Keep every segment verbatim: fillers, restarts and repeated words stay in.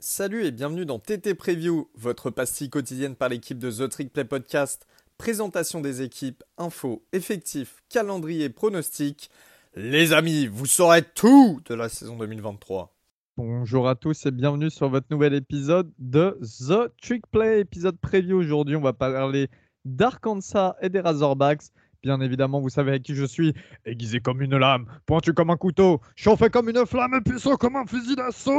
Salut et bienvenue dans T T Preview, votre pastille quotidienne par l'équipe de The Trick Play Podcast. Présentation des équipes, infos, effectifs, calendrier, pronostics. Les amis, vous saurez tout de la saison deux mille vingt-trois. Bonjour à tous et bienvenue sur votre nouvel épisode de The Trick Play, épisode preview. Aujourd'hui, on va parler d'Arkansas et des Razorbacks. Bien évidemment, vous savez avec qui je suis. Aiguisé comme une lame, pointu comme un couteau, chauffé comme une flamme et puissant comme un fusil d'assaut.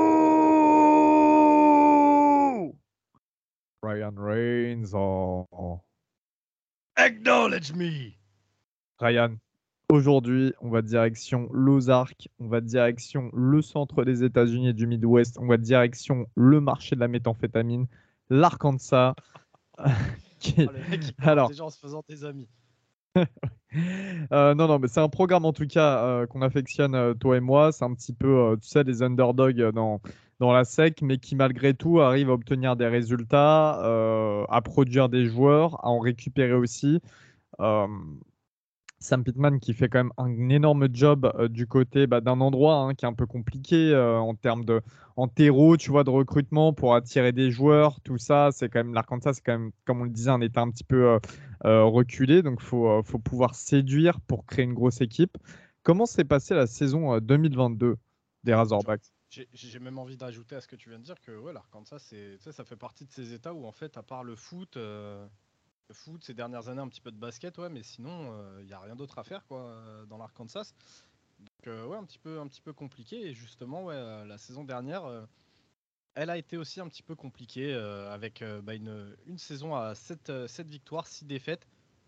Ryan Reigns. Oh, oh. Acknowledge me. Ryan, aujourd'hui, on va direction l'Ozark, on va direction le centre des États-Unis et du Midwest, on va direction le marché de la méthamphétamine, l'Arkansas. qui... Oh, le mec, il Alors, déjà en se faisant tes amis. euh, non, non, mais c'est un programme en tout cas euh, qu'on affectionne euh, toi et moi. C'est un petit peu, euh, tu sais, des underdogs euh, dans, dans la sec, mais qui malgré tout arrivent à obtenir des résultats, euh, à produire des joueurs, à en récupérer aussi. Euh, Sam Pittman qui fait quand même un énorme job euh, du côté bah, d'un endroit hein, qui est un peu compliqué euh, en termes de en terreau, tu vois, de recrutement pour attirer des joueurs, tout ça. C'est quand même l'Arkansas, c'est quand même, comme on le disait, un état un petit peu euh, euh, reculé. Donc, il faut, euh, faut pouvoir séduire pour créer une grosse équipe. Comment s'est passée la saison euh, deux mille vingt-deux des Razorbacks? J'ai j'ai même envie d'ajouter à ce que tu viens de dire que ouais, l'Arkansas, c'est, tu sais, ça fait partie de ces états où en fait, à part le foot, euh, le foot ces dernières années, un petit peu de basket, ouais, mais sinon, il n'y a rien d'autre à faire quoi euh, dans l'Arkansas. Donc euh, ouais, un petit peu, un petit peu compliqué. Et justement, ouais, euh, la saison dernière, euh, elle a été aussi un petit peu compliquée euh, avec euh, bah, une, une saison à sept victoires, six défaites.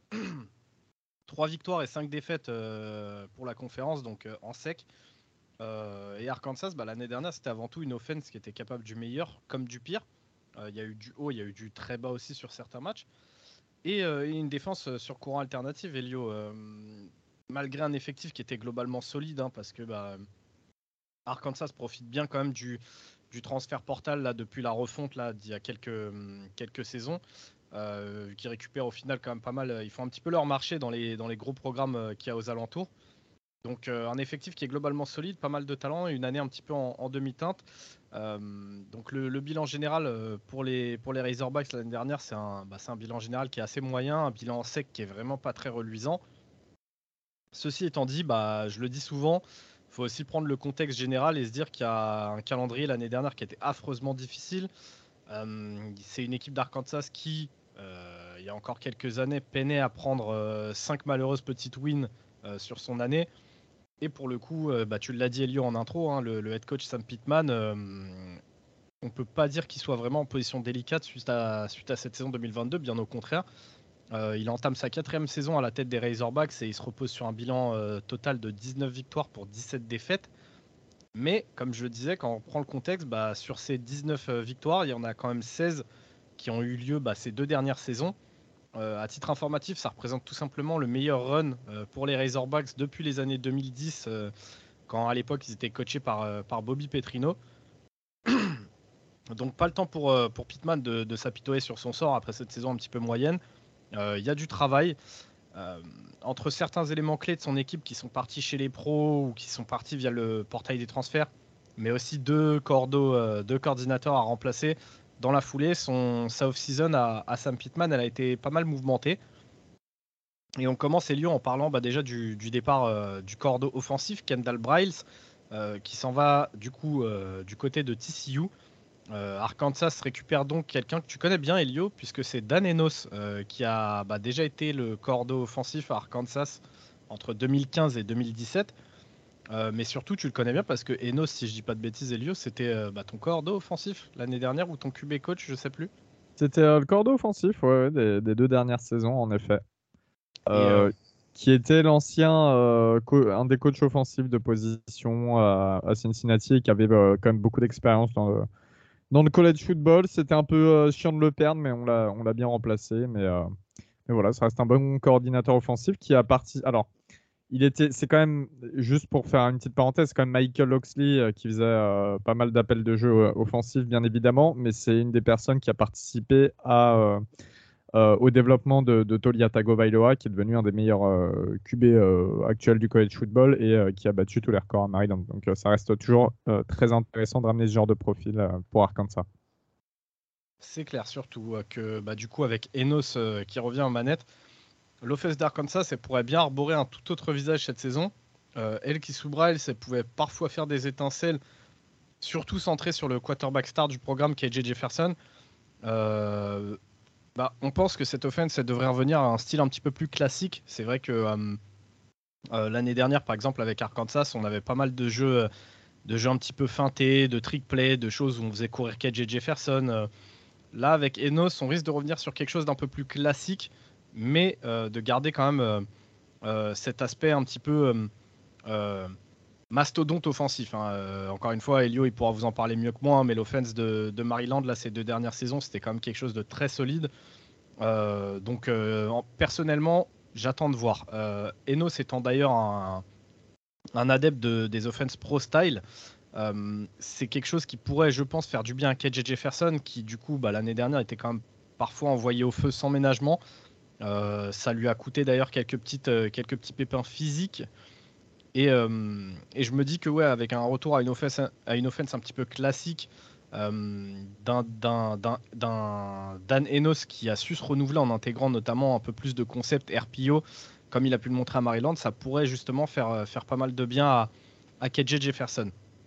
trois victoires et cinq défaites euh, pour la conférence, donc euh, en sec. Euh, et Arkansas, bah, l'année dernière, c'était avant tout une offense qui était capable du meilleur comme du pire. Euh, Il y a eu du haut, il y a eu du très bas aussi sur certains matchs. Et, euh, et une défense euh, sur courant alternatif, Elio. Euh, malgré un effectif qui était globalement solide, hein, parce que bah, Arkansas profite bien quand même du, du transfert portal là, depuis la refonte là, d'il y a quelques, quelques saisons. Euh, qui récupèrent au final quand même pas mal. Ils font un petit peu leur marché dans les, dans les gros programmes euh, qu'il y a aux alentours. Donc euh, un effectif qui est globalement solide, pas mal de talent, une année un petit peu en, en demi-teinte. Euh, donc le, le bilan général euh, pour, les, pour les Razorbacks l'année dernière, c'est un, bah, c'est un bilan général qui est assez moyen, un bilan sec qui est vraiment pas très reluisant. Ceci étant dit, bah, je le dis souvent, il faut aussi prendre le contexte général et se dire qu'il y a un calendrier l'année dernière qui était affreusement difficile. Euh, c'est une équipe d'Arkansas qui, euh, il y a encore quelques années, peinait à prendre cinq euh, malheureuses petites wins euh, sur son année. Et pour le coup, euh, bah, tu l'as dit Elio en intro, hein, le, le head coach Sam Pittman, euh, on ne peut pas dire qu'il soit vraiment en position délicate suite à, suite à cette saison deux mille vingt-deux, bien au contraire. Euh, il entame sa quatrième saison à la tête des Razorbacks et il se repose sur un bilan euh, total de dix-neuf victoires pour dix-sept défaites. Mais comme je le disais, quand on prend le contexte, bah, sur ces dix-neuf euh, victoires, il y en a quand même seize qui ont eu lieu bah, ces deux dernières saisons. Euh, à titre informatif, ça représente tout simplement le meilleur run euh, pour les Razorbacks depuis les années deux mille dix, euh, quand à l'époque ils étaient coachés par, euh, par Bobby Petrino. Donc pas le temps pour, euh, pour Pittman de, de s'apitoyer sur son sort après cette saison un petit peu moyenne. Il euh, y a du travail. Euh, entre certains éléments clés de son équipe qui sont partis chez les pros ou qui sont partis via le portail des transferts, mais aussi deux, cordos, euh, deux coordinateurs à remplacer dans la foulée, son, sa off-season à, à Sam Pittman, elle a été pas mal mouvementée. Et on commence Elio en parlant bah, déjà du, du départ euh, du cordeau offensif, Kendall Briles, euh, qui s'en va du coup euh, du côté de T C U. Euh, Arkansas récupère donc quelqu'un que tu connais bien, Elio, puisque c'est Dan Enos euh, qui a bah, déjà été le cordeau offensif à Arkansas entre deux mille quinze et deux mille dix-sept. Euh, mais surtout, tu le connais bien parce que Enos, si je dis pas de bêtises, Elio, c'était euh, bah, ton cordeau offensif l'année dernière ou ton Q B coach, je sais plus. C'était euh, le cordeau offensif ouais, ouais, des, des deux dernières saisons, en effet. Et euh, Euh, qui était l'ancien, euh, co- un des coachs offensifs de position à, à Cincinnati et qui avait euh, quand même beaucoup d'expérience dans le, dans le college football. C'était un peu euh, chiant de le perdre, mais on l'a, on l'a bien remplacé. Mais, euh, mais voilà, ça reste un bon coordinateur offensif qui a parti. Alors, il était, c'est quand même, juste pour faire une petite parenthèse, c'est quand même Michael Locksley euh, qui faisait euh, pas mal d'appels de jeu euh, offensifs, bien évidemment, mais c'est une des personnes qui a participé à. euh, euh, au développement de, de Tolia Tagovailoa, qui est devenu un des meilleurs euh, Q B euh, actuels du college football et euh, qui a battu tous les records à Maryland. Donc euh, ça reste toujours euh, très intéressant de ramener ce genre de profil euh, pour Arkansas. C'est clair, surtout euh, que bah, du coup, avec Enos euh, qui revient en manette, l'offense d'Arkansas, ça pourrait bien arborer un tout autre visage cette saison. Euh, Elkis Oubrail, ça pouvait parfois faire des étincelles, surtout centré sur le quarterback star du programme qui est J J Jefferson. Euh, bah, on pense que cette offense elle devrait revenir à un style un petit peu plus classique. C'est vrai que euh, euh, l'année dernière, par exemple, avec Arkansas, on avait pas mal de jeux, de jeux un petit peu feintés, de trick play, de choses où on faisait courir K J Jefferson. Euh, là, avec Enos, on risque de revenir sur quelque chose d'un peu plus classique, mais euh, de garder quand même euh, euh, cet aspect un petit peu euh, euh, mastodonte offensif. Hein. Euh, encore une fois, Elio, il pourra vous en parler mieux que moi, hein, mais l'offense de, de Maryland, là, ces deux dernières saisons, c'était quand même quelque chose de très solide. Euh, donc, euh, en- personnellement, j'attends de voir. Euh, Enos étant d'ailleurs un, un adepte de, des offenses pro-style, euh, c'est quelque chose qui pourrait, je pense, faire du bien à K J Jefferson, qui, du coup, bah, l'année dernière, était quand même parfois envoyé au feu sans ménagement. Euh, ça lui a coûté d'ailleurs quelques, petites, euh, quelques petits pépins physiques. Et, euh, et je me dis que ouais, avec un retour à une offense, à une offense un petit peu classique euh, d'un, d'un, d'un, d'un Dan Enos qui a su se renouveler en intégrant notamment un peu plus de concepts R P O, comme il a pu le montrer à Maryland, ça pourrait justement faire, faire pas mal de bien à, à K J Jefferson.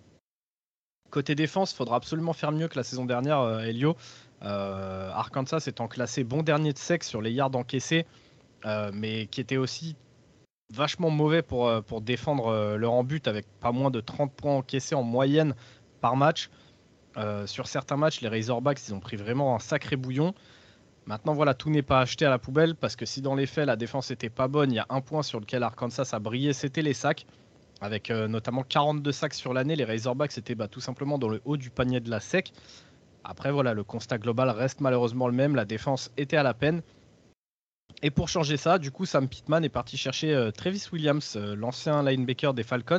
Côté défense, il faudra absolument faire mieux que la saison dernière, euh, Elio. Euh, Arkansas étant classé bon dernier de sexe sur les yards encaissés, euh, mais qui était aussi vachement mauvais pour, euh, pour défendre euh, leur en but avec pas moins de trente points encaissés en moyenne par match. Euh, sur certains matchs, les Razorbacks, ils ont pris vraiment un sacré bouillon. Maintenant, voilà, tout n'est pas acheté à la poubelle parce que si dans les faits, la défense n'était pas bonne, il y a un point sur lequel Arkansas a brillé, c'était les sacs. Avec euh, notamment quarante-deux sacs sur l'année, les Razorbacks étaient bah, tout simplement dans le haut du panier de la S E C. Après, voilà, le constat global reste malheureusement le même. La défense était à la peine. Et pour changer ça, du coup, Sam Pittman est parti chercher euh, Travis Williams, euh, l'ancien linebacker des Falcons.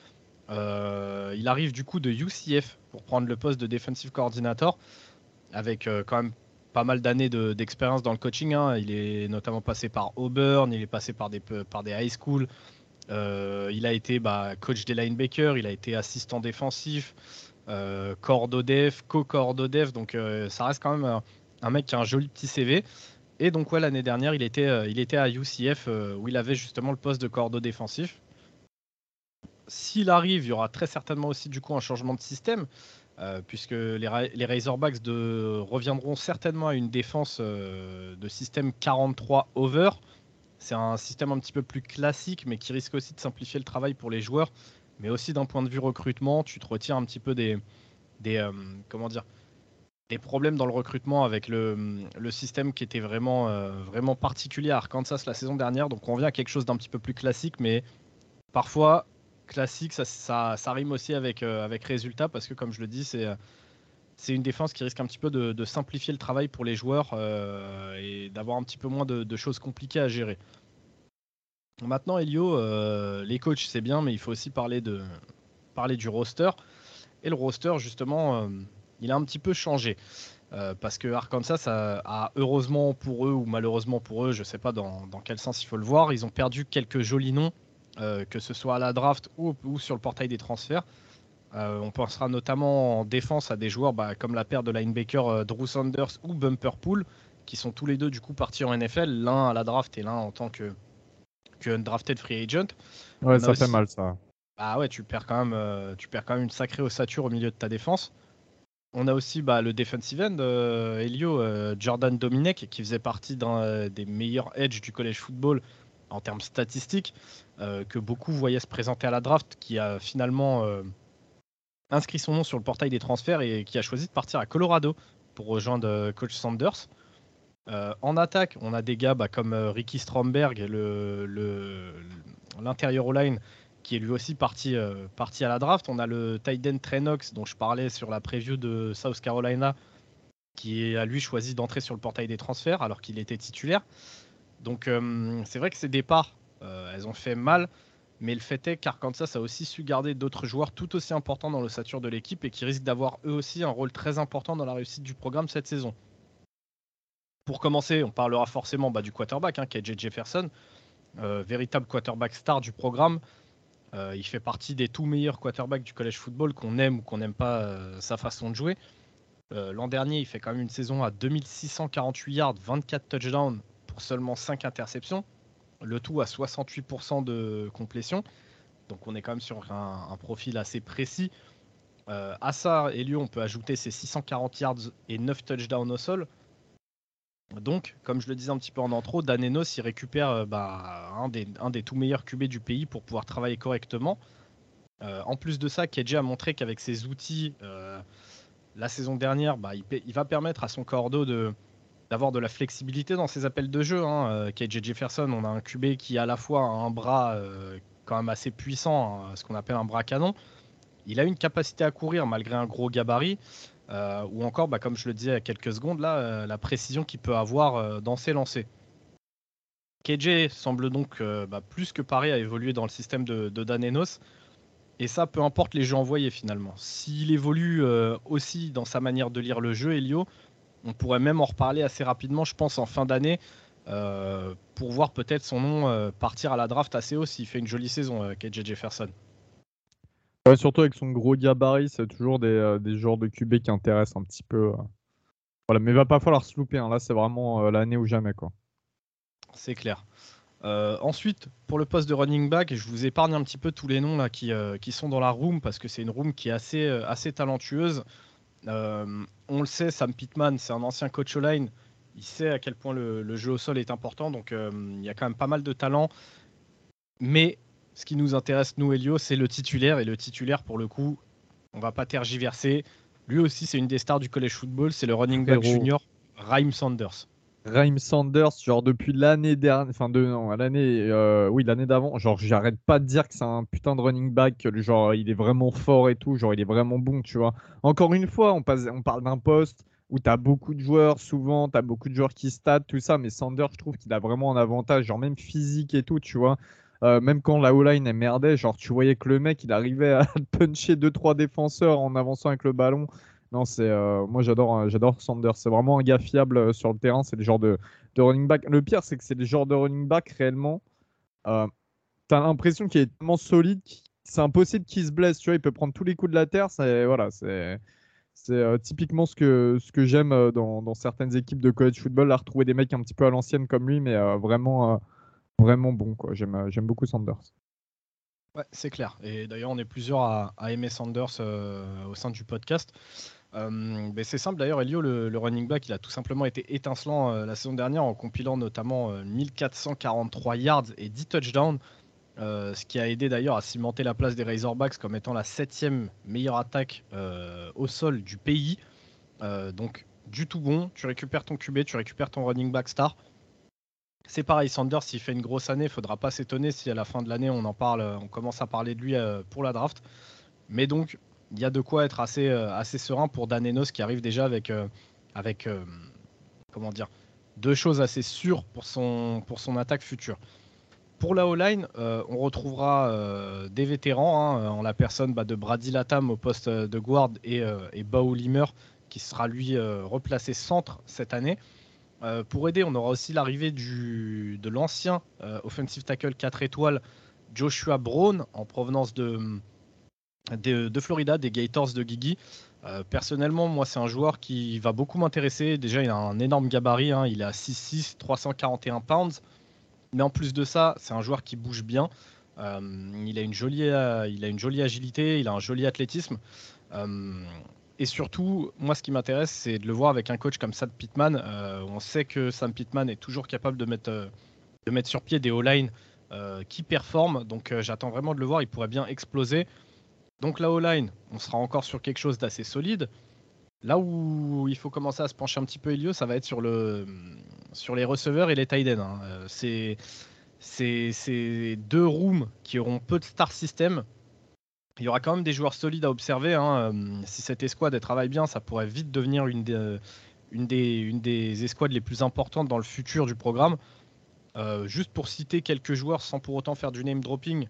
Euh, il arrive du coup de U C F pour prendre le poste de defensive coordinator, avec euh, quand même pas mal d'années de, d'expérience dans le coaching. Hein. Il est notamment passé par Auburn, il est passé par des, par des high school. Euh, il a été bah, coach des linebackers, il a été assistant défensif, euh, cordo def, co-cordo def. Donc euh, ça reste quand même un, un mec qui a un joli petit C V. Et donc, ouais, l'année dernière, il était, euh, il était à U C F euh, où il avait justement le poste de cordeau défensif. S'il arrive, il y aura très certainement aussi du coup un changement de système, euh, puisque les, Ra- les Razorbacks de, reviendront certainement à une défense euh, de système quarante-trois over. C'est un système un petit peu plus classique, mais qui risque aussi de simplifier le travail pour les joueurs. Mais aussi d'un point de vue recrutement, tu te retires un petit peu des, des euh, comment dire, des problèmes dans le recrutement avec le, le système qui était vraiment, euh, vraiment particulier à Arkansas la saison dernière. Donc on revient à quelque chose d'un petit peu plus classique, mais parfois classique, ça, ça, ça rime aussi avec, euh, avec résultat parce que comme je le dis, c'est, euh, c'est une défense qui risque un petit peu de, de simplifier le travail pour les joueurs euh, et d'avoir un petit peu moins de, de choses compliquées à gérer. Maintenant, Elio, euh, les coachs c'est bien, mais il faut aussi parler, de, parler du roster. Et le roster, justement, euh, il a un petit peu changé. Euh, parce que Arkansas a, a, heureusement pour eux ou malheureusement pour eux, je ne sais pas dans, dans, quel sens il faut le voir, ils ont perdu quelques jolis noms, euh, que ce soit à la draft ou, ou sur le portail des transferts. Euh, on pensera notamment en défense à des joueurs bah, comme la paire de linebackers euh, Drew Sanders ou Bumper Pool, qui sont tous les deux du coup partis en N F L, l'un à la draft et l'un en tant que, que undrafted free agent. Ouais, On a ça fait aussi... mal ça. Ah ouais, tu perds quand même, euh, tu perds quand même une sacrée ossature au milieu de ta défense. On a aussi bah, le defensive end, euh, Elio, euh, Jordan Dominek, qui faisait partie d'un euh, des meilleurs edge du college football en termes statistiques, euh, que beaucoup voyaient se présenter à la draft, qui a finalement euh, inscrit son nom sur le portail des transferts et qui a choisi de partir à Colorado pour rejoindre euh, coach Sanders. Euh, en attaque, on a des gars bah, comme euh, Ricky Stromberg, le, le, l'intérieur O-line, qui est lui aussi parti, euh, parti à la draft. On a le tight end Trey Knox, dont je parlais sur la preview de South Carolina, qui a lui choisi d'entrer sur le portail des transferts alors qu'il était titulaire. Donc euh, c'est vrai que ces départs, euh, elles ont fait mal, mais le fait est qu'Arkansas a aussi su garder d'autres joueurs tout aussi importants dans l'ossature de l'équipe et qui risquent d'avoir eux aussi un rôle très important dans la réussite du programme cette saison. Pour commencer, on parlera forcément bah, du quarterback, hein, K J Jefferson, euh, véritable quarterback star du programme. Euh, il fait partie des tout meilleurs quarterbacks du college football, qu'on aime ou qu'on n'aime pas euh, sa façon de jouer. Euh, l'an dernier, il fait quand même une saison à deux mille six cent quarante-huit yards, vingt-quatre touchdowns pour seulement cinq interceptions, le tout à soixante-huit pour cent de complétion. Donc on est quand même sur un, un profil assez précis. Euh, à ça, Elio, on peut ajouter ses six cent quarante yards et neuf touchdowns au sol. Donc, comme je le disais un petit peu en intro, Dan Enos, il récupère euh, bah, un, des, un des tout meilleurs Q B du pays pour pouvoir travailler correctement. Euh, en plus de ça, K J a montré qu'avec ses outils, euh, la saison dernière, bah, il, il va permettre à son cordeau de, d'avoir de la flexibilité dans ses appels de jeu. Hein. Euh, K J Jefferson, on a un Q B qui a à la fois un bras euh, quand même assez puissant, hein, ce qu'on appelle un bras canon. Il a une capacité à courir malgré un gros gabarit. Euh, ou encore, bah, comme je le disais il y a quelques secondes, là, euh, la précision qu'il peut avoir euh, dans ses lancers. K J semble donc euh, bah, plus que paré à évoluer dans le système de, de Dan Enos. Et ça, peu importe les jeux envoyés finalement. S'il évolue euh, aussi dans sa manière de lire le jeu, Elio, on pourrait même en reparler assez rapidement, je pense, en fin d'année, euh, pour voir peut-être son nom euh, partir à la draft assez haut s'il fait une jolie saison, euh, K J Jefferson. Ouais, surtout avec son gros gabarit, c'est toujours des, euh, des genres de Q B qui intéressent un petit peu. euh. Voilà, mais il va pas falloir se louper. Hein. Là, c'est vraiment euh, l'année ou jamais, quoi. C'est clair. Euh, ensuite, pour le poste de running back, je vous épargne un petit peu tous les noms là, qui, euh, qui sont dans la room parce que c'est une room qui est assez, euh, assez talentueuse. Euh, on le sait, Sam Pittman, c'est un ancien coach O-line. Il sait à quel point le, le jeu au sol est important, donc euh, il y a quand même pas mal de talent. Mais ce qui nous intéresse, nous, Elio, c'est le titulaire. Et le titulaire, pour le coup, on va pas tergiverser. Lui aussi, c'est une des stars du college football. C'est le running back Frérot. junior, Raheem Sanders. Raheem Sanders, genre depuis l'année dernière, enfin de non, l'année, euh, oui l'année d'avant, genre j'arrête pas de dire que c'est un putain de running back, que, genre il est vraiment fort et tout, genre il est vraiment bon, tu vois. Encore une fois, on passe, on parle d'un poste où t'as beaucoup de joueurs, souvent t'as beaucoup de joueurs qui statent, tout ça, mais Sanders, je trouve qu'il a vraiment un avantage, genre même physique et tout, tu vois. Euh, même quand la O-line est merdait, genre tu voyais que le mec il arrivait à puncher deux trois défenseurs en avançant avec le ballon. Non, c'est euh, moi j'adore euh, j'adore Sanders. C'est vraiment un gars fiable euh, sur le terrain. C'est le genre de, de running back. Le pire, c'est que c'est le genre de running back réellement. Euh, T'as l'impression qu'il est tellement solide, qu'il- c'est impossible qu'il se blesse. Tu vois, il peut prendre tous les coups de la terre. C'est voilà, c'est c'est euh, typiquement ce que ce que j'aime euh, dans, dans certaines équipes de college football, là, retrouver des mecs un petit peu à l'ancienne comme lui, mais euh, vraiment euh, vraiment bon quoi. J'aime euh, j'aime beaucoup Sanders. Ouais, c'est clair. Et d'ailleurs, on est plusieurs à, à aimer Sanders euh, au sein du podcast. Euh, mais c'est simple d'ailleurs, Elio, le, le running back, il a tout simplement été étincelant euh, la saison dernière en compilant notamment euh, mille quatre cent quarante-trois yards et dix touchdowns, euh, ce qui a aidé d'ailleurs à cimenter la place des Razorbacks comme étant la septième meilleure attaque euh, au sol du pays. Euh, donc du tout bon, tu récupères ton Q B, tu récupères ton running back star. C'est pareil, Sanders, s'il fait une grosse année, il ne faudra pas s'étonner si à la fin de l'année on en parle, on commence à parler de lui euh, pour la draft. Mais donc, il y a de quoi être assez, euh, assez serein pour Dan Enos qui arrive déjà avec, euh, avec euh, comment dire, deux choses assez sûres pour son, pour son attaque future. Pour la O-line, euh, on retrouvera euh, des vétérans, hein, en la personne bah, de Brady Latam au poste de guard et, euh, et Bao Limer qui sera lui euh, replacé centre cette année. Euh, pour aider, on aura aussi l'arrivée du, de l'ancien euh, offensive tackle quatre étoiles Joshua Brown en provenance de, de, de Florida, des Gators de Guigui. Euh, personnellement, moi, c'est un joueur qui va beaucoup m'intéresser. Déjà, il a un énorme gabarit, hein, il est à six six, trois cent quarante et un pounds. Mais en plus de ça, c'est un joueur qui bouge bien. Euh, il, a une jolie, euh, il a une jolie agilité, il a un joli athlétisme. Euh, et surtout, moi, ce qui m'intéresse, c'est de le voir avec un coach comme Sam Pittman. Euh, on sait que Sam Pittman est toujours capable de mettre, euh, de mettre sur pied des O-line euh, qui performent. Donc, euh, j'attends vraiment de le voir. Il pourrait bien exploser. Donc, la O-line, on sera encore sur quelque chose d'assez solide. Là où il faut commencer à se pencher un petit peu, Elio, ça va être sur, le, sur les receveurs et les tight ends. Hein. Euh, c'est, c'est, c'est deux rooms qui auront peu de star system. Il y aura quand même des joueurs solides à observer. Hein. Euh, si cette escouade elle travaille bien, ça pourrait vite devenir une des, une, des, une des escouades les plus importantes dans le futur du programme. Euh, juste pour citer quelques joueurs sans pour autant faire du name dropping,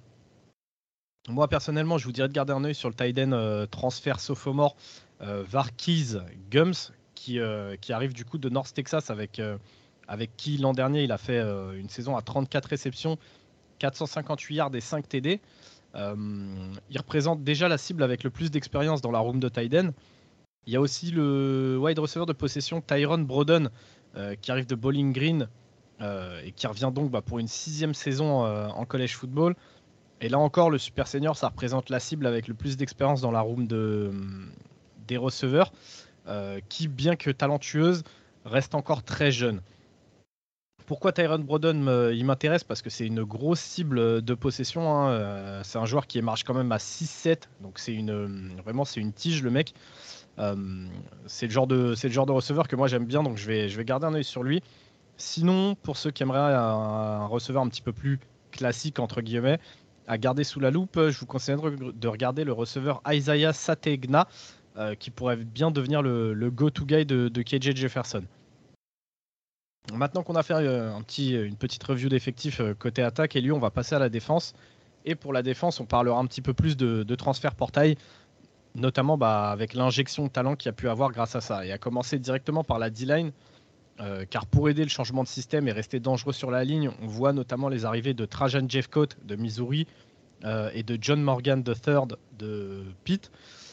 moi personnellement, je vous dirais de garder un œil sur le tight end euh, transfert sophomore euh, Varkiz Gums, qui, euh, qui arrive du coup de North Texas avec, euh, avec qui l'an dernier il a fait euh, une saison à trente-quatre réceptions, quatre cent cinquante-huit yards et cinq T D. Euh, il représente déjà la cible avec le plus d'expérience dans la room de tight end. Il y a aussi le wide receiver de possession Tyron Broden euh, qui arrive de Bowling Green euh, et qui revient donc bah, pour une sixième saison euh, en college football. Et là encore, le super senior, ça représente la cible avec le plus d'expérience dans la room de, des receveurs, euh, qui, bien que talentueuse, reste encore très jeune. Pourquoi Tyron Broden euh, il m'intéresse? Parce que c'est une grosse cible de possession. Hein. Euh, c'est un joueur qui émarge quand même à six sept, donc c'est une, vraiment c'est une tige le mec. Euh, c'est le genre de c'est le genre de receveur que moi j'aime bien, donc je vais je vais garder un œil sur lui. Sinon, pour ceux qui aimeraient un, un receveur un petit peu plus classique entre guillemets, à garder sous la loupe, je vous conseille de, de regarder le receveur Isaiah Sategna, euh, qui pourrait bien devenir le, le go-to guy de, de K J Jefferson. Maintenant qu'on a fait euh, un petit, une petite review d'effectifs euh, côté attaque, et lui, on va passer à la défense. Et pour la défense, on parlera un petit peu plus de, de transfert portail, notamment bah, avec l'injection de talent qu'il y a pu avoir grâce à ça. Et à commencer directement par la D-line, euh, car pour aider le changement de système et rester dangereux sur la ligne, on voit notamment les arrivées de Trajan Jeffcoat de Missouri euh, et de John Morgan the third de Pitt.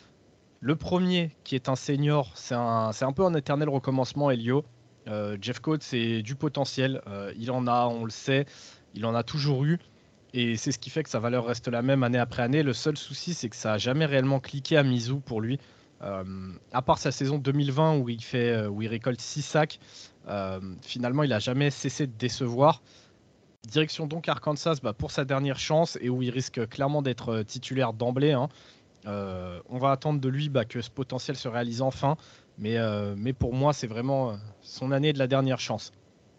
Le premier, qui est un senior, c'est un, c'est un peu un éternel recommencement, Elio. Euh, Jeffcoat, c'est du potentiel. Euh, il en a, on le sait, il en a toujours eu. Et c'est ce qui fait que sa valeur reste la même année après année. Le seul souci, c'est que ça n'a jamais réellement cliqué à Mizzou pour lui. Euh, à part sa saison deux mille vingt où il, fait, où il récolte six sacs, euh, finalement, il n'a jamais cessé de décevoir. Direction donc Arkansas bah, pour sa dernière chance et où il risque clairement d'être titulaire d'emblée. Hein. Euh, on va attendre de lui bah, que ce potentiel se réalise enfin. Mais, euh, mais pour moi, c'est vraiment son année de la dernière chance.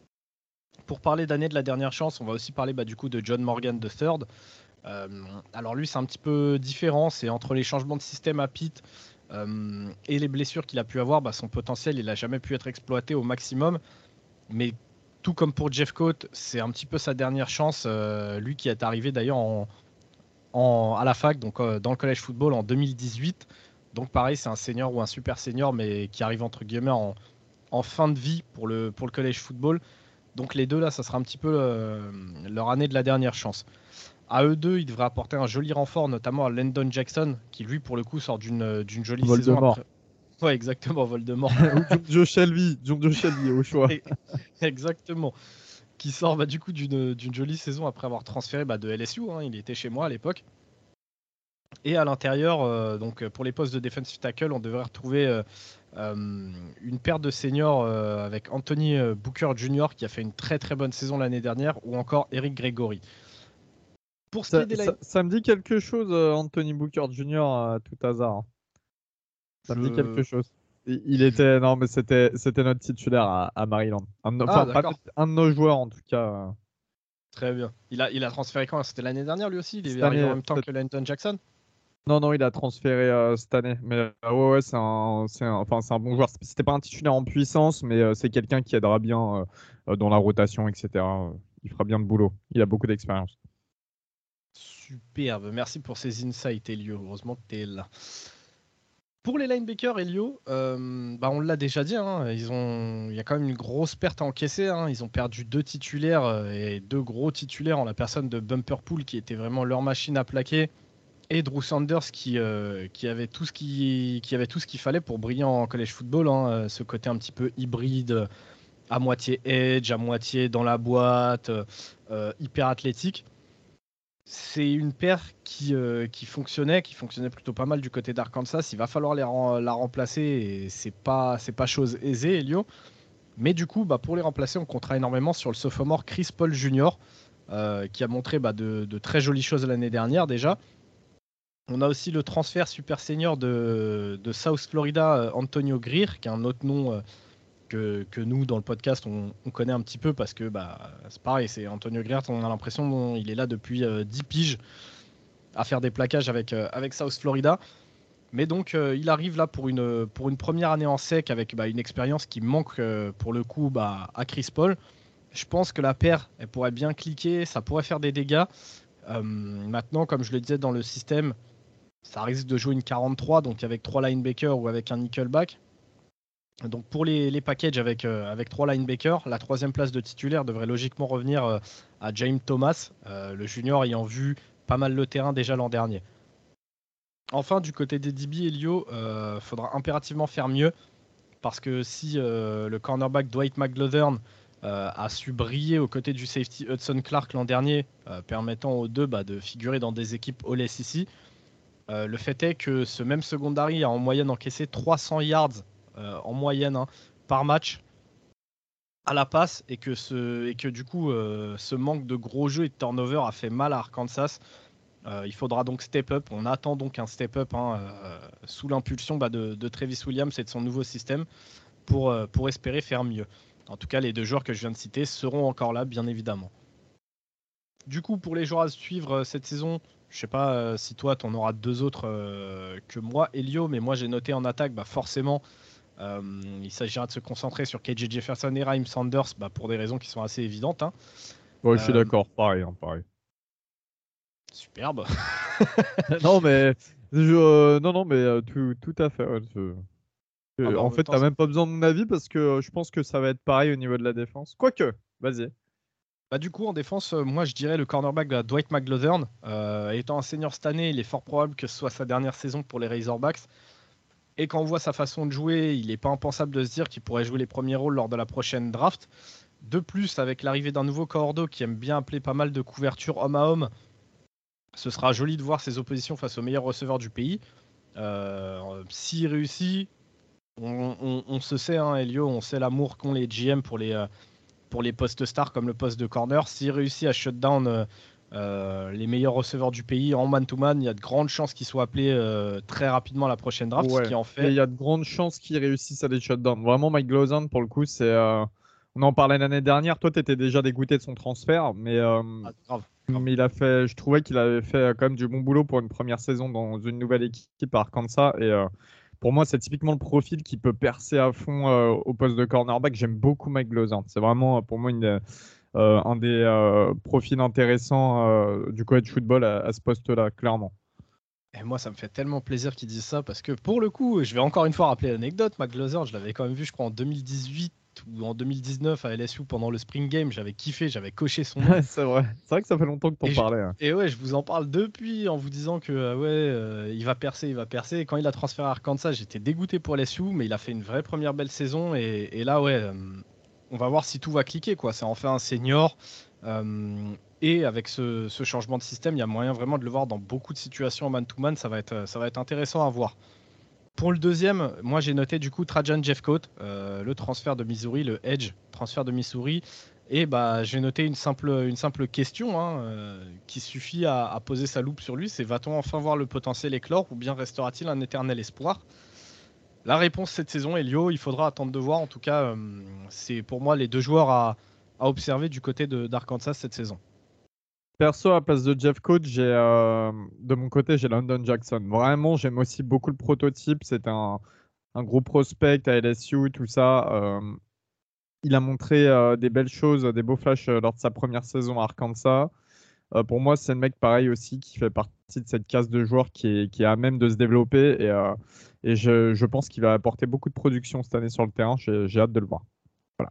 Pour parler d'année de la dernière chance, on va aussi parler bah, du coup de John Morgan the third. Euh, alors lui, c'est un petit peu différent. C'est entre les changements de système à Pitt euh, et les blessures qu'il a pu avoir, bah, son potentiel, il n'a jamais pu être exploité au maximum. Mais tout comme pour Jeffcoat, c'est un petit peu sa dernière chance. Euh, lui qui est arrivé d'ailleurs en, en, à la fac, donc euh, dans le college football en deux mille dix-huit. Donc pareil, c'est un senior ou un super senior, mais qui arrive entre guillemets en, en fin de vie pour le, pour le college football. Donc les deux là, ça sera un petit peu euh, leur année de la dernière chance. À eux deux, ils devraient apporter un joli renfort, notamment à Landon Jackson, qui lui, pour le coup, sort d'une, d'une jolie Voldemort. saison après. Ouais, exactement, Voldemort. Ou Joe Shelby, Joe Shelby au choix. Exactement. Qui sort bah, du coup d'une, d'une jolie saison après avoir transféré bah, de L S U. Hein, il était chez moi à l'époque. Et à l'intérieur, euh, donc pour les postes de defensive tackle, on devrait retrouver euh, euh, une paire de seniors euh, avec Anthony Booker junior qui a fait une très très bonne saison l'année dernière, ou encore Eric Gregory. Pour ce ça, qui est des ça, ça me dit quelque chose, euh, Anthony Booker junior, à tout hasard. Ça Je... me dit quelque chose. Il, il était, non, mais c'était, c'était notre titulaire à, à Maryland. Un, de- Ah, enfin, pas d'accord. notre- un de nos joueurs en tout cas. Très bien. Il a, il a transféré quand? C'était l'année dernière lui aussi? Il est Cette arrivé en année, même temps cette- que Landon Jackson? Non, non, il a transféré euh, cette année. Mais euh, ouais, ouais, c'est un, c'est un, enfin, c'est un bon joueur. C'était pas un titulaire en puissance, mais euh, c'est quelqu'un qui aidera bien euh, euh, dans la rotation, et cetera. Euh, Il fera bien le boulot. Il a beaucoup d'expérience. Superbe. Merci pour ces insights, Elio. Heureusement que tu es là. Pour les linebackers, Elio, euh, bah on l'a déjà dit, hein, ils ont... il y a quand même une grosse perte à encaisser. Hein. Ils ont perdu deux titulaires euh, et deux gros titulaires en la personne de Bumper Pool qui était vraiment leur machine à plaquer, et Drew Sanders qui, euh, qui, avait tout ce qui, qui avait tout ce qu'il fallait pour briller en college football. Hein. Ce côté un petit peu hybride, à moitié edge, à moitié dans la boîte, euh, hyper athlétique. C'est une paire qui, euh, qui fonctionnait, qui fonctionnait plutôt pas mal du côté d'Arkansas. Il va falloir les ren- la remplacer et c'est pas, c'est pas chose aisée, Elio. Mais du coup, bah, pour les remplacer, on comptera énormément sur le sophomore Chris Paul junior, euh, qui a montré bah, de, de très jolies choses l'année dernière déjà. On a aussi le transfert super senior de, de South Florida, euh, Antonio Greer, qui est un autre nom euh, que, que nous, dans le podcast, on, on connaît un petit peu parce que bah, c'est pareil, c'est Antonio Greer, on a l'impression qu'il est là depuis euh, dix piges à faire des plaquages avec, euh, avec South Florida. Mais donc, euh, il arrive là pour une, pour une première année en sec avec bah, une expérience qui manque euh, pour le coup bah, à Chris Paul. Je pense que la paire, elle pourrait bien cliquer, ça pourrait faire des dégâts. Euh, maintenant, comme je le disais dans le système, ça risque de jouer une quarante-trois, donc avec trois linebackers ou avec un nickelback. Donc pour les, les packages avec, euh, avec trois linebackers, la troisième place de titulaire devrait logiquement revenir euh, à James Thomas, euh, le junior ayant vu pas mal le terrain déjà l'an dernier. Enfin, du côté des D B, Elio, il euh, faudra impérativement faire mieux, parce que si euh, le cornerback Dwight McGlothern euh, a su briller aux côtés du safety Hudson Clark l'an dernier, euh, permettant aux deux bah, de figurer dans des équipes All S E C, euh, le fait est que ce même secondary a en moyenne encaissé trois cents yards euh, en moyenne hein, par match à la passe, et que, ce, et que du coup euh, ce manque de gros jeux et de turnover a fait mal à Arkansas. Euh, il faudra donc step up. On attend donc un step up hein, euh, sous l'impulsion bah, de, de Travis Williams et de son nouveau système pour, euh, pour espérer faire mieux. En tout cas, les deux joueurs que je viens de citer seront encore là, bien évidemment. Du coup, pour les joueurs à suivre euh, cette saison, je sais pas euh, si toi, tu en auras deux autres euh, que moi, Elio, mais moi j'ai noté en attaque, bah, forcément, euh, il s'agira de se concentrer sur K J Jefferson et Raheem Sanders bah, pour des raisons qui sont assez évidentes. Hein. Ouais, je suis Euh, d'accord, pareil, hein, pareil. Superbe. non, mais je, euh, non, non, mais euh, tout, tout à fait. Ouais, je- Ah euh, bah, en en même fait, temps, t'as même pas besoin de mon avis parce que euh, je pense que ça va être pareil au niveau de la défense. Quoique, vas-y. bah, du coup, en défense, euh, moi je dirais le cornerback de Dwight McGlothern. Euh, étant un senior cette année, il est fort probable que ce soit sa dernière saison pour les Razorbacks. Et quand on voit sa façon de jouer, il n'est pas impensable de se dire qu'il pourrait jouer les premiers rôles lors de la prochaine draft. De plus, avec l'arrivée d'un nouveau cordo qui aime bien appeler pas mal de couverture homme à homme, ce sera joli de voir ses oppositions face aux meilleurs receveurs du pays. Euh, S'il réussit, on, on, on se sait, hein, Elio, on sait l'amour qu'ont les G M pour les, euh, pour les postes stars comme le poste de corner. S'il réussit à shut down euh, euh, les meilleurs receveurs du pays en man-to-man, il y a de grandes chances qu'il soit appelé euh, très rapidement à la prochaine draft, ce Ouais. qui en Et il fait. y a de grandes chances qu'ils réussissent à les shutdown. Vraiment, Mike Glozan, pour le coup, c'est. euh, On en parlait l'année dernière. Toi, tu étais déjà dégoûté de son transfert, mais, euh, Ah, grave, grave. mais il a fait. Je trouvais qu'il avait fait euh, quand même du bon boulot pour une première saison dans une nouvelle équipe à Arkansas. Et euh, pour moi, c'est typiquement le profil qui peut percer à fond euh, au poste de cornerback. J'aime beaucoup Mike Glozan. C'est vraiment euh, pour moi une, euh, un des euh, profils intéressants euh, du college football à, à ce poste-là, clairement. Et moi, ça me fait tellement plaisir qu'ils disent ça parce que pour le coup, je vais encore une fois rappeler l'anecdote. McGlothern, je l'avais quand même vu, je crois, en deux mille dix-huit ou en deux mille dix-neuf à L S U pendant le Spring Game. J'avais kiffé, j'avais coché son nom. Ouais, c'est vrai. C'est vrai que ça fait longtemps que t'en Et, je- parlais, hein. et ouais, je vous en parle depuis en vous disant que euh, ouais, euh, il va percer, il va percer. Et quand il a transféré à Arkansas, j'étais dégoûté pour L S U, mais il a fait une vraie première belle saison. Et, et là, ouais, euh, on va voir si tout va cliquer, quoi. C'est enfin un senior. euh, et avec ce, ce changement de système, il y a moyen vraiment de le voir dans beaucoup de situations en man-to-man. Ça va être, ça va être intéressant à voir. Pour le deuxième, moi j'ai noté du coup Trajan Jeffcoat, euh, le transfert de Missouri, le Edge, transfert de Missouri. Et bah j'ai noté une simple, une simple question hein, euh, qui suffit à, à poser sa loupe sur lui, c'est va-t-on enfin voir le potentiel éclore ou bien restera-t-il un éternel espoir? La réponse cette saison, Elio, il faudra attendre de voir. En tout cas, euh, c'est pour moi les deux joueurs à, à observer du côté de- d'Arkansas cette saison. Perso, à la place de Jeff Coach, j'ai euh, de mon côté, j'ai London Jackson. Vraiment, j'aime aussi beaucoup le prototype. C'est un, un gros prospect à L S U, tout ça. Euh, il a montré euh, des belles choses, des beaux flashs euh, lors de sa première saison à Arkansas. Euh, pour moi, c'est le mec pareil aussi qui fait partie de cette case de joueurs qui est, qui est à même de se développer. Et, euh, et je, je pense qu'il va apporter beaucoup de production cette année sur le terrain. J'ai j'ai hâte de le voir. Voilà.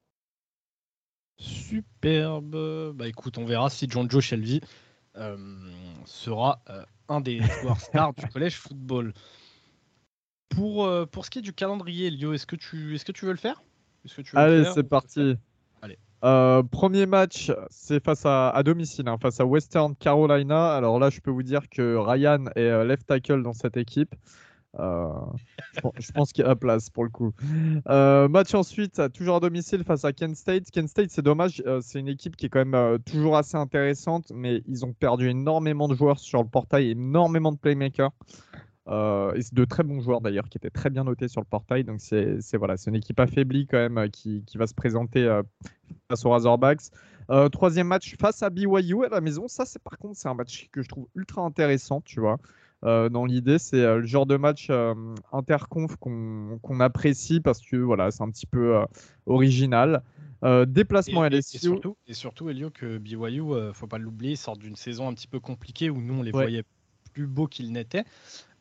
Superbe. Bah écoute, on verra si John Joe Shelby euh, sera euh, un des joueurs stars du collège football. Pour, euh, pour ce qui est du calendrier, Elio, est-ce que tu, est-ce que tu veux le faire? Est-ce que tu veux le Allez, faire c'est ou je le fais? parti. Allez. Euh, premier match, c'est face à, à domicile, hein, face à Western Carolina. Alors là, je peux vous dire que Ryan est euh, left tackle dans cette équipe. Euh, je, pen- je pense qu'il y a la place pour le coup. Euh, match ensuite, toujours à domicile face à Kent State. Kent State, c'est dommage, euh, c'est une équipe qui est quand même euh, toujours assez intéressante, mais ils ont perdu énormément de joueurs sur le portail, énormément de playmakers. Euh, et c'est de très bons joueurs d'ailleurs qui étaient très bien notés sur le portail. Donc c'est c'est- voilà, c'est une équipe affaiblie quand même euh, qui, qui va se présenter euh, face aux Razorbacks. Euh, troisième match face à B Y U à la maison. Ça, c'est par contre, c'est un match que je trouve ultra intéressant, tu vois. Euh, dans l'idée, c'est euh, le genre de match euh, interconf qu'on qu'on apprécie parce que voilà, c'est un petit peu euh, original. Euh, déplacement Et, et- et L S U. surtout, et surtout, Elio, que B Y U, euh, faut pas l'oublier, sort d'une saison un petit peu compliquée où nous on les Ouais. voyait plus beaux qu'ils n'étaient.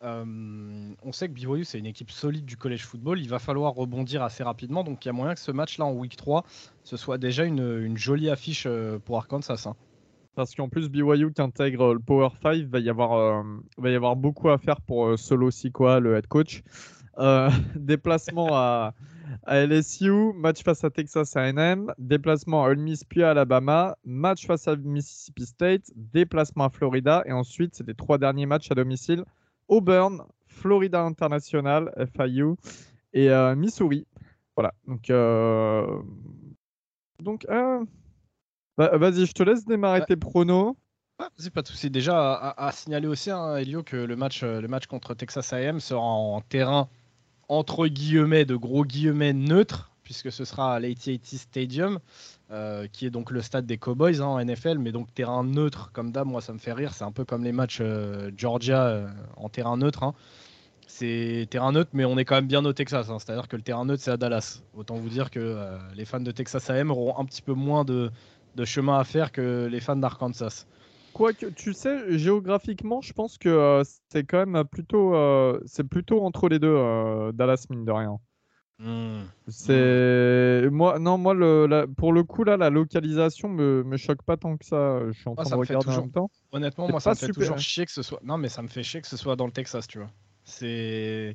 Euh, on sait que B Y U c'est une équipe solide du college football, il va falloir rebondir assez rapidement, donc il y a moyen que ce match là en week trois ce soit déjà une, une jolie affiche euh, pour Arkansas. Hein. Parce qu'en plus, B Y U qui intègre le Power cinq, va y avoir, euh, va y avoir beaucoup à faire pour euh, Solo Sikoa, le head coach. Euh, déplacement à, à L S U, match face à Texas A and M, déplacement à Ole Miss puis à Alabama, match face à Mississippi State, déplacement à Florida, et ensuite, c'est les trois derniers matchs à domicile. Auburn, Florida International, F I U, et euh, Missouri. Voilà, donc... Euh... donc euh, bah, vas-y, je te laisse démarrer Ouais. tes pronos. Ah, vas-y, pas de souci. Déjà, à, à signaler aussi, hein, Elio, que le match, euh, le match contre Texas A and M sera en terrain entre guillemets, de gros guillemets neutre, puisque ce sera à l'A T and T Stadium, euh, qui est donc le stade des Cowboys hein, en N F L, mais donc terrain neutre, comme d'hab, moi ça me fait rire, c'est un peu comme les matchs euh, Georgia euh, en terrain neutre. Hein. C'est terrain neutre, mais on est quand même bien au Texas, hein. C'est-à-dire que le terrain neutre c'est à Dallas. Autant vous dire que euh, les fans de Texas A and M auront un petit peu moins de, de chemin à faire que les fans d'Arkansas. Quoique, tu sais, géographiquement, je pense que euh, c'est quand même plutôt, euh, c'est plutôt entre les deux, euh, Dallas, mine de rien. Mmh. Mmh. C'est moi, non, moi, le, la- pour le coup, là, la localisation me, me choque pas tant que ça. Je suis en Moi, train de ça me fait regarder en toujours. même temps. Honnêtement, C'est moi, ça pas me fait super. toujours chier que ce soit. Non, mais ça me fait chier que ce soit dans le Texas, tu vois. C'est.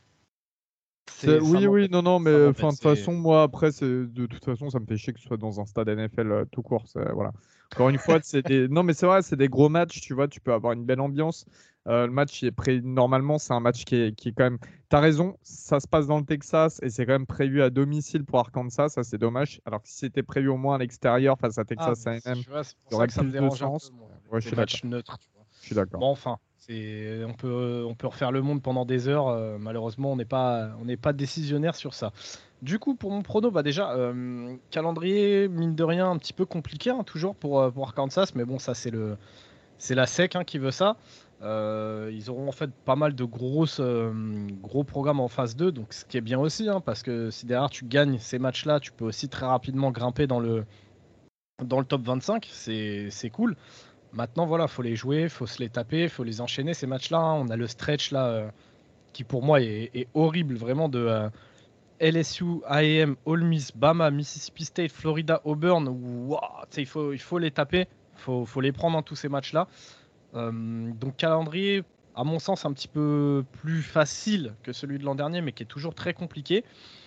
C'est- C'est. Ça Oui, oui, m'embête. non, non, mais Ça m'embête. enfin, de toute C'est. façon, moi, après, c'est de toute façon, ça me fait chier que ce soit dans un stade N F L euh, tout court. c'est- Voilà. Encore une fois, c'est des... non, mais c'est vrai, c'est des gros matchs, tu vois, tu peux avoir une belle ambiance. Euh, le match, il est pré... normalement, c'est un match qui est, qui est quand même. T'as raison, ça se passe dans le Texas et c'est quand même prévu à domicile pour Arkansas, ça c'est dommage. Alors que si c'était prévu au moins à l'extérieur face à Ah, Texas mais A and M, tu vois, c'est pour il y ça aurait que ça me plus de dérange un peu, sens. moi, Ouais, je les suis d'accord. matchs neutres, tu vois. Je suis d'accord. Bon, enfin. C'est... On, peut... on peut refaire le monde pendant des heures. euh, malheureusement, on n'est pas... on n'est pas décisionnaire sur ça. Du coup, pour mon prono, bah déjà, euh, calendrier, mine de rien, un petit peu compliqué, hein, toujours pour, euh, pour Arkansas. Mais bon, ça, c'est le. C'est la S E C hein, qui veut ça. Euh, ils auront en fait pas mal de grosses, euh, gros programmes en phase deux, donc ce qui est bien aussi, hein, parce que si derrière tu gagnes ces matchs-là, tu peux aussi très rapidement grimper dans le, dans le top vingt-cinq, c'est, c'est cool. Maintenant, voilà, faut les jouer, faut se les taper, faut les enchaîner ces matchs-là. Hein. On a le stretch là, euh, qui pour moi est, est horrible, vraiment de euh, L S U, A and M, Ole Miss, Bama, Mississippi State, Florida, Auburn. Wow, il faut, il faut les taper, il faut, faut les prendre dans tous ces matchs-là. Euh, donc calendrier, à mon sens, un petit peu plus facile que celui de l'an dernier, mais qui est toujours très compliqué.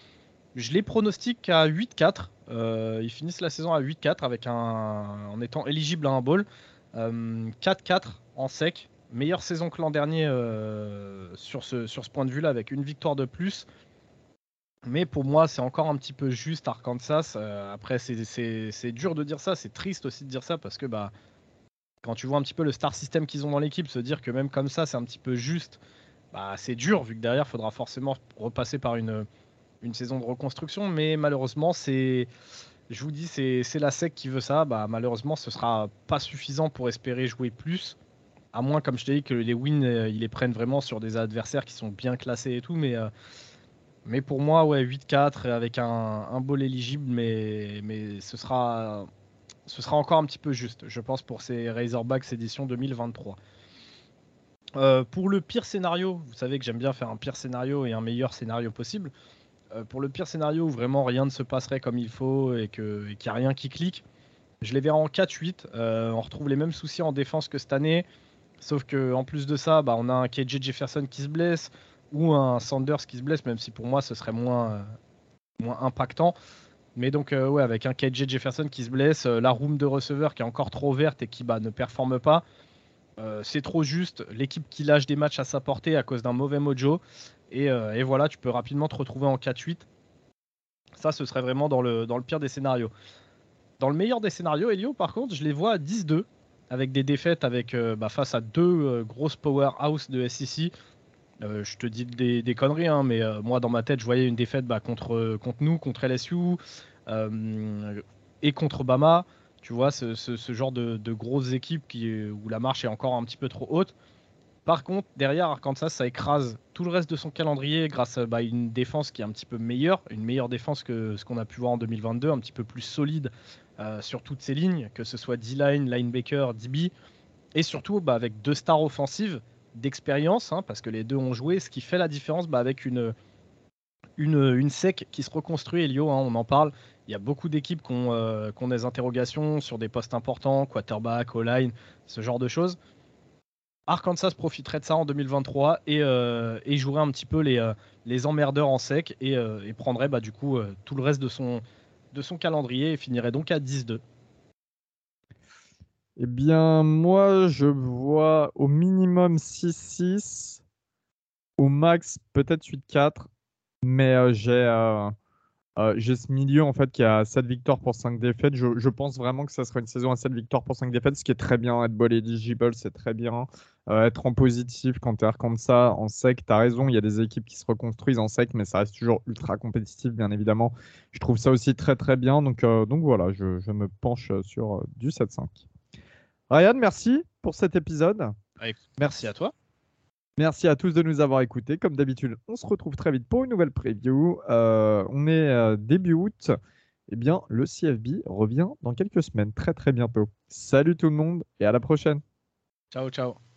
Je les pronostique à huit quatre. Euh, ils finissent la saison à huit quatre avec un, en étant éligible à un bowl. Euh, quatre quatre en sec. Meilleure saison que l'an dernier euh, sur, ce, sur ce point de vue-là, avec une victoire de plus. Mais pour moi, c'est encore un petit peu juste Arkansas. Euh, après, c'est, c'est, c'est dur de dire ça, c'est triste aussi de dire ça parce que bah, quand tu vois un petit peu le star system qu'ils ont dans l'équipe, se dire que même comme ça, c'est un petit peu juste, bah, c'est dur, vu que derrière, il faudra forcément repasser par une, une saison de reconstruction. Mais malheureusement, c'est, je vous dis, c'est, c'est la S E C qui veut ça. Bah, malheureusement, ce sera pas suffisant pour espérer jouer plus. À moins, comme je t'ai dit, que les wins, euh, ils les prennent vraiment sur des adversaires qui sont bien classés et tout. Mais, euh, mais pour moi, ouais, huit quatre avec un, un bowl éligible, mais, mais ce sera ce sera encore un petit peu juste, je pense, pour ces Razorbacks édition deux mille vingt-trois. Euh, pour le pire scénario, vous savez que j'aime bien faire un pire scénario et un meilleur scénario possible. Euh, pour le pire scénario où vraiment rien ne se passerait comme il faut et que- et qu'il n'y a rien qui clique, je les verrai en quatre huit. Euh, on retrouve les mêmes soucis en défense que cette année, sauf qu'en plus de ça, bah, on a un K J Jefferson qui se blesse ou un Sanders qui se blesse, même si pour moi ce serait moins, euh, moins impactant. Mais donc, euh, ouais, avec un K J Jefferson qui se blesse, euh, la room de receveur qui est encore trop verte et qui bah, ne performe pas, euh, c'est trop juste. L'équipe qui lâche des matchs à sa portée à cause d'un mauvais mojo. Et, euh, et voilà, tu peux rapidement te retrouver en quatre huit. Ça, ce serait vraiment dans le, dans le pire des scénarios. Dans le meilleur des scénarios, Elio, par contre, je les vois à dix deux, avec des défaites avec, euh, bah, face à deux euh, grosses powerhouse de S E C. Euh, je te dis des, des conneries, hein, mais euh, moi, dans ma tête, je voyais une défaite bah, contre, contre nous, contre L S U. Euh, et contre Bama, tu vois, ce, ce- ce genre de, de grosses équipes qui, où la marche est encore un petit peu trop haute. Par contre, derrière, Arkansas, ça écrase tout le reste de son calendrier grâce à bah, une défense qui est un petit peu meilleure, une meilleure défense que ce qu'on a pu voir en deux mille vingt-deux, un petit peu plus solide euh, sur toutes ses lignes, que ce soit D-line, linebacker, D B, et surtout bah, avec deux stars offensives d'expérience, hein, parce que les deux ont joué. Ce qui fait la différence bah, avec une, une, une sec qui se reconstruit, Elio, hein, on en parle. Il y a beaucoup d'équipes qui ont, euh, qui ont des interrogations sur des postes importants, quarterback, O-line, ce genre de choses. Arkansas profiterait de ça en deux mille vingt-trois et, euh, et jouerait un petit peu les, euh, les emmerdeurs en sec et, euh, et prendrait bah, du coup euh, tout le reste de son, de son calendrier et finirait donc à dix deux. Eh bien, moi, je vois au minimum six six, au max peut-être huit quatre, mais euh, j'ai euh, euh, j'ai ce milieu en fait qui a sept victoires pour cinq défaites. Je, je pense vraiment que ça sera une saison à sept victoires pour cinq défaites, ce qui est très bien. Être bowl eligible, c'est très bien. Euh, être en positif quand tu es Arkansas, en sec, tu as raison, il y a des équipes qui se reconstruisent en sec, mais ça reste toujours ultra compétitif, bien évidemment. Je trouve ça aussi très très bien. Donc, euh, donc voilà, je, je me penche sur euh, du sept cinq. Ryan, merci pour cet épisode. Allez, merci à toi. Merci à tous de nous avoir écoutés. Comme d'habitude, on se retrouve très vite pour une nouvelle preview. Euh, on est euh, début août. Eh bien, le C F B revient dans quelques semaines, très très bientôt. Salut tout le monde et à la prochaine. Ciao, ciao.